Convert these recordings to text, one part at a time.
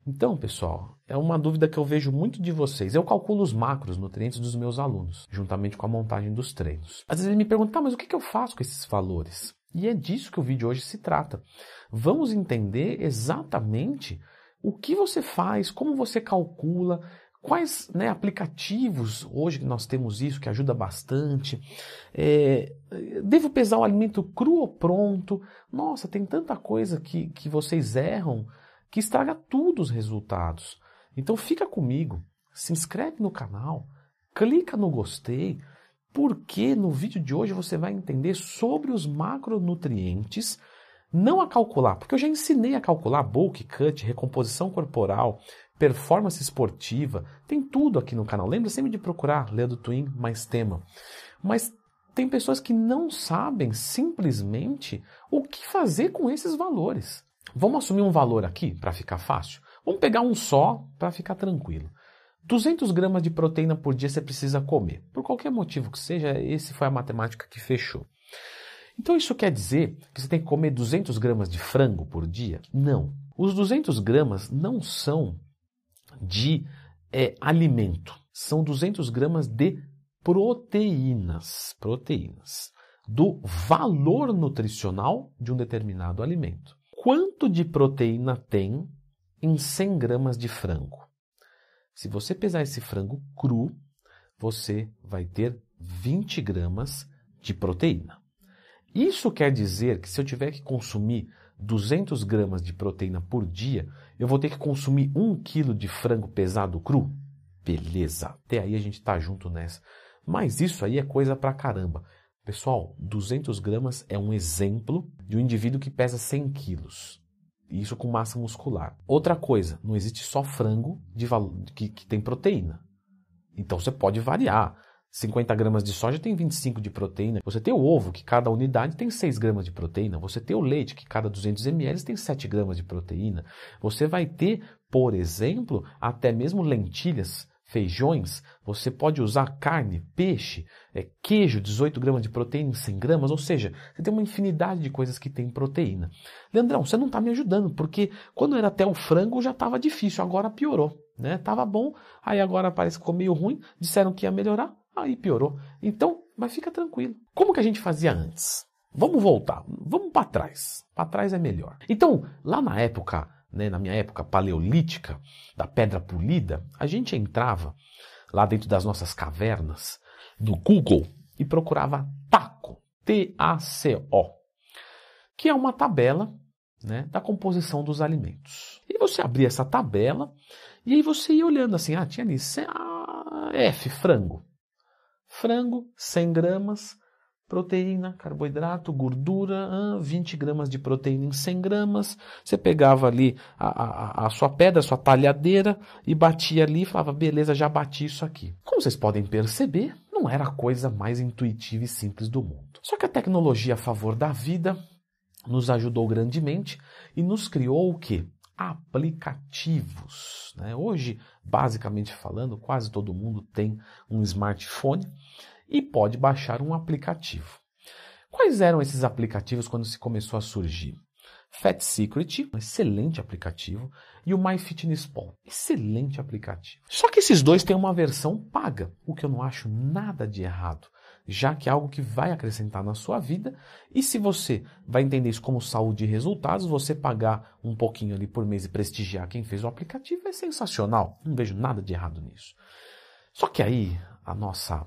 Então, pessoal, é uma dúvida que eu vejo muito de vocês. Eu calculo os macronutrientes dos meus alunos, juntamente com a montagem dos treinos. Às vezes ele me pergunta, mas o que eu faço com esses valores? E é disso que o vídeo hoje se trata. Vamos entender exatamente o que você faz, como você calcula, quais aplicativos hoje que nós temos isso, que ajuda bastante. Devo pesar o alimento cru ou pronto? Nossa, tem tanta coisa que vocês erram que estraga tudo os resultados. Então fica comigo, se inscreve no canal, clica no gostei, porque no vídeo de hoje você vai entender sobre os macronutrientes, não a calcular, porque eu já ensinei a calcular bulk, cut, recomposição corporal, performance esportiva, tem tudo aqui no canal. Lembra sempre de procurar Leandro Twin mais tema. Mas tem pessoas que não sabem simplesmente o que fazer com esses valores. Vamos assumir um valor aqui para ficar fácil? Vamos pegar um só para ficar tranquilo. 200 gramas de proteína por dia você precisa comer. Por qualquer motivo que seja, esse foi a matemática que fechou. Então isso quer dizer que você tem que comer 200 gramas de frango por dia? Não. Os 200 gramas não são de alimento. São 200 gramas de proteínas. Do valor nutricional de um determinado alimento. Quanto de proteína tem em 100 gramas de frango? Se você pesar esse frango cru, você vai ter 20 gramas de proteína. Isso quer dizer que se eu tiver que consumir 200 gramas de proteína por dia, eu vou ter que consumir 1 quilo de frango pesado cru? Beleza, até aí a gente está junto nessa. Mas isso aí é coisa pra caramba. Pessoal, 200 gramas é um exemplo de um indivíduo que pesa 100 quilos. Isso com massa muscular. Outra coisa, não existe só frango que tem proteína. Então você pode variar. 50 gramas de soja tem 25 de proteína. Você tem o ovo, que cada unidade tem 6 gramas de proteína. Você tem o leite, que cada 200 ml tem 7 gramas de proteína. Você vai ter, por exemplo, até mesmo lentilhas, feijões, você pode usar carne, peixe, queijo, 18 gramas de proteína em 100 gramas, ou seja, você tem uma infinidade de coisas que tem proteína. Leandrão, você não está me ajudando, porque quando era até o frango já estava difícil, agora piorou, né? Tava bom, aí agora parece que ficou meio ruim, disseram que ia melhorar, aí piorou. Então, mas fica tranquilo. Como que a gente fazia antes? Vamos voltar, vamos para trás. Para trás é melhor. Então, lá na época, na minha época paleolítica, da pedra polida, a gente entrava lá dentro das nossas cavernas, do Google, e procurava TACO, T-A-C-O, que é uma tabela da composição dos alimentos. E você abria essa tabela, e aí você ia olhando assim, tinha ali F, frango. Frango, 100 gramas, proteína, carboidrato, gordura, 20 gramas de proteína em 100 gramas. Você pegava ali a sua pedra, a sua talhadeira e batia ali e falava, beleza, já bati isso aqui. Como vocês podem perceber, não era a coisa mais intuitiva e simples do mundo. Só que a tecnologia a favor da vida nos ajudou grandemente e nos criou o quê? Aplicativos. Hoje, basicamente falando, quase todo mundo tem um smartphone e pode baixar um aplicativo. Quais eram esses aplicativos quando se começou a surgir? Fat Secret, um excelente aplicativo, e o MyFitnessPal, excelente aplicativo. Só que esses dois têm uma versão paga, o que eu não acho nada de errado, já que é algo que vai acrescentar na sua vida, e se você vai entender isso como saúde e resultados, você pagar um pouquinho ali por mês e prestigiar quem fez o aplicativo é sensacional, não vejo nada de errado nisso. Só que aí a nossa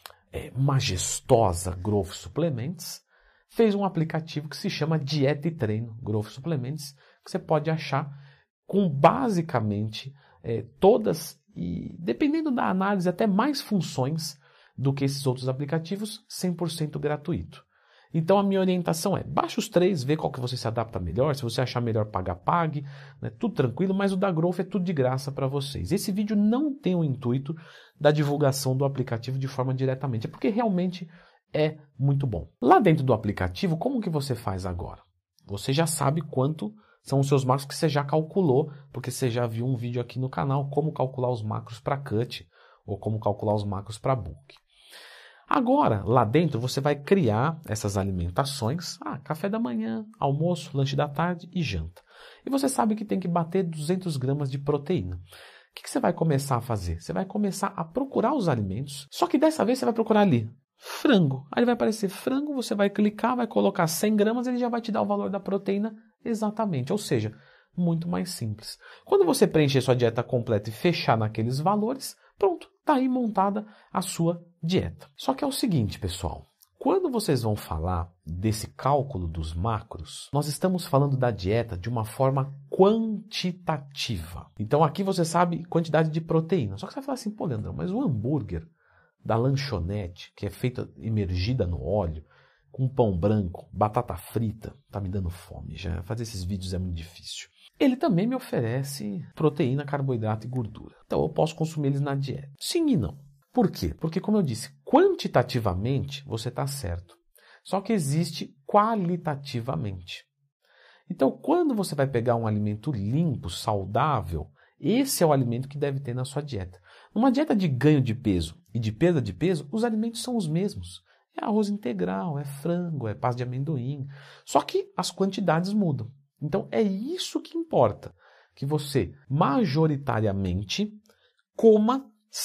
majestosa Growth Supplements fez um aplicativo que se chama Dieta e Treino Growth Supplements, que você pode achar com basicamente todas, e dependendo da análise, até mais funções do que esses outros aplicativos, 100% gratuito. Então a minha orientação é, baixa os 3, vê qual que você se adapta melhor, se você achar melhor pagar, pague, tudo tranquilo, mas o da Growth é tudo de graça para vocês. Esse vídeo não tem o intuito da divulgação do aplicativo de forma diretamente, é porque realmente é muito bom. Lá dentro do aplicativo, como que você faz agora? Você já sabe quanto são os seus macros que você já calculou, porque você já viu um vídeo aqui no canal, como calcular os macros para cut, ou como calcular os macros para bulk. Agora, lá dentro, você vai criar essas alimentações, café da manhã, almoço, lanche da tarde e janta. e você sabe que tem que bater 200 gramas de proteína. O que você vai começar a fazer? Você vai começar a procurar os alimentos, só que dessa vez você vai procurar ali frango. Aí vai aparecer frango, você vai clicar, vai colocar 100 gramas, ele já vai te dar o valor da proteína exatamente, ou seja, muito mais simples. Quando você preencher sua dieta completa e fechar naqueles valores, pronto, está aí montada a sua dieta. Só que é o seguinte, pessoal, quando vocês vão falar desse cálculo dos macros, nós estamos falando da dieta de uma forma quantitativa. Então aqui você sabe quantidade de proteína. Só que você vai falar assim, pô, Leandrão, mas o hambúrguer da lanchonete, que é feita imergida no óleo, com pão branco, batata frita, tá me dando fome já. Fazer esses vídeos é muito difícil. Ele também me oferece proteína, carboidrato e gordura. Então eu posso consumir eles na dieta. Sim e não. Por quê? Porque, como eu disse, quantitativamente você está certo. Só que existe qualitativamente. Então, quando você vai pegar um alimento limpo, saudável, esse é o alimento que deve ter na sua dieta. Numa dieta de ganho de peso e de perda de peso, os alimentos são os mesmos. É arroz integral, é frango, é pasta de amendoim. Só que as quantidades mudam. Então, é isso que importa. Que você, majoritariamente, coma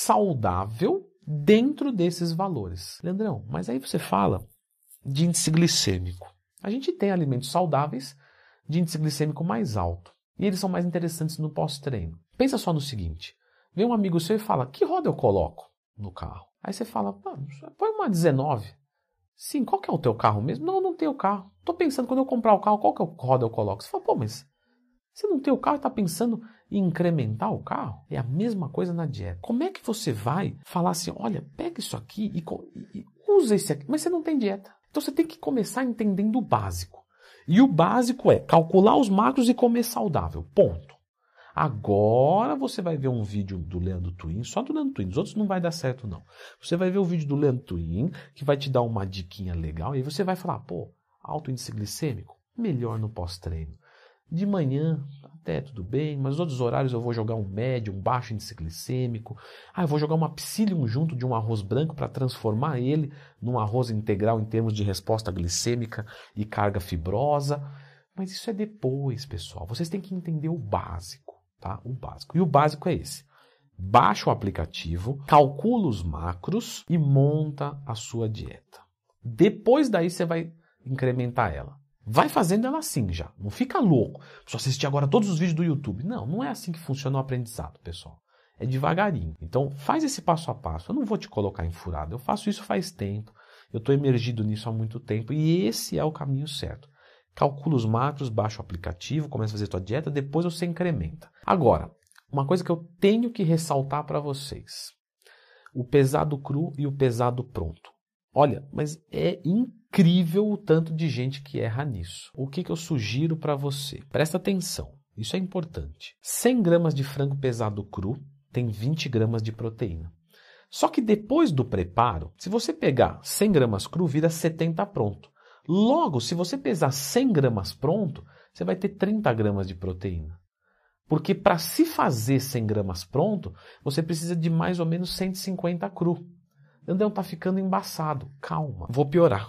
saudável dentro desses valores. Leandrão, mas aí você fala de índice glicêmico. A gente tem alimentos saudáveis de índice glicêmico mais alto. E eles são mais interessantes no pós-treino. Pensa só no seguinte. Vem um amigo seu e fala, que roda eu coloco no carro? Aí você fala, põe uma 19. Sim, qual que é o teu carro mesmo? Não, não tenho carro. Estou pensando, quando eu comprar o carro, qual que é o roda eu coloco? Você fala, pô, mas você não tem o carro e está pensando em incrementar o carro? É a mesma coisa na dieta. Como é que você vai falar assim, olha, pega isso aqui e usa esse aqui, mas você não tem dieta. Então você tem que começar entendendo o básico. E o básico é calcular os macros e comer saudável. Ponto. Agora você vai ver um vídeo do Leandro Twin, só do Leandro Twin, os outros não vai dar certo não. Você vai ver o vídeo do Leandro Twin, que vai te dar uma diquinha legal, e aí você vai falar, pô, alto índice glicêmico, melhor no pós-treino. De manhã, até tudo bem, mas nos outros horários eu vou jogar um médio, um baixo índice glicêmico. Eu vou jogar uma psyllium junto de um arroz branco para transformar ele num arroz integral em termos de resposta glicêmica e carga fibrosa. Mas isso é depois, pessoal. Vocês têm que entender o básico, tá? O básico. E o básico é esse. Baixa o aplicativo, calcula os macros e monta a sua dieta. Depois daí você vai incrementar ela. Vai fazendo ela assim já. Não fica louco. Só assistir agora todos os vídeos do YouTube. Não, não é assim que funciona o aprendizado, pessoal. É devagarinho. Então, faz esse passo a passo. Eu não vou te colocar em furada. Eu faço isso faz tempo. Eu estou emergido nisso há muito tempo. E esse é o caminho certo. Calcula os macros, baixa o aplicativo, começa a fazer a tua dieta, depois você incrementa. Agora, uma coisa que eu tenho que ressaltar para vocês. O pesado cru e o pesado pronto. Olha, mas é incrível o tanto de gente que erra nisso. O que eu sugiro para você? Presta atenção, isso é importante. 100 gramas de frango pesado cru tem 20 gramas de proteína. Só que depois do preparo, se você pegar 100 gramas cru, vira 70 pronto. Logo, se você pesar 100 gramas pronto, você vai ter 30 gramas de proteína. Porque para se fazer 100 gramas pronto, você precisa de mais ou menos 150 cru. André, tá ficando embaçado. Calma, vou piorar.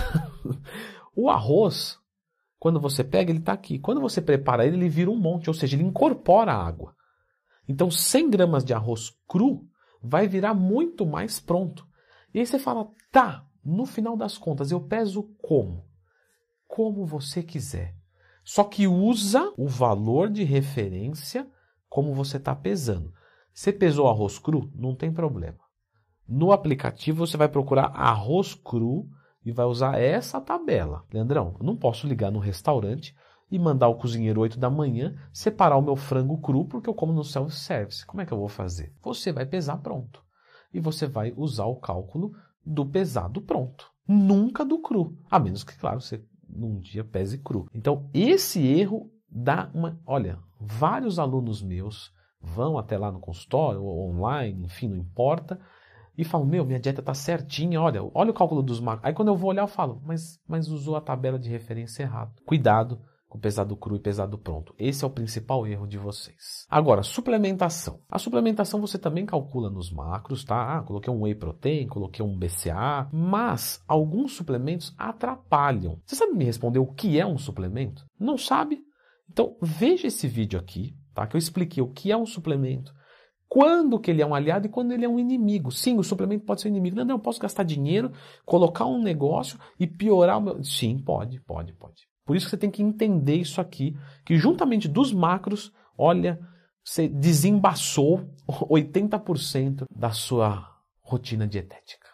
O arroz, quando você pega, ele tá aqui. Quando você prepara ele, ele vira um monte, ou seja, ele incorpora a água. Então, 100 gramas de arroz cru vai virar muito mais pronto. E aí você fala, tá, no final das contas, eu peso como? Como você quiser. Só que usa o valor de referência como você está pesando. Você pesou arroz cru? Não tem problema. No aplicativo você vai procurar arroz cru e vai usar essa tabela. Leandrão, eu não posso ligar no restaurante e mandar o cozinheiro 8 da manhã separar o meu frango cru porque eu como no self-service. Como é que eu vou fazer? Você vai pesar pronto. E você vai usar o cálculo do pesado pronto. Nunca do cru. A menos que, claro, você num dia pese cru. Então, esse erro dá uma... Olha, vários alunos meus vão até lá no consultório ou online, enfim, não importa, e falam, minha dieta está certinha, olha o cálculo dos macros. Aí quando eu vou olhar, eu falo, mas usou a tabela de referência errado. Cuidado com pesado cru e pesado pronto. Esse é o principal erro de vocês. Agora, suplementação. A suplementação você também calcula nos macros, tá? Coloquei um whey protein, coloquei um BCA, mas alguns suplementos atrapalham. Você sabe me responder o que é um suplemento? Não sabe? Então, veja esse vídeo aqui, tá? Que eu expliquei o que é um suplemento, quando que ele é um aliado e quando ele é um inimigo. Sim, o suplemento pode ser um inimigo. Não, eu posso gastar dinheiro, colocar um negócio e piorar o meu... Sim, pode. Por isso que você tem que entender isso aqui, que juntamente dos macros, olha, você desembaçou 80% da sua rotina dietética.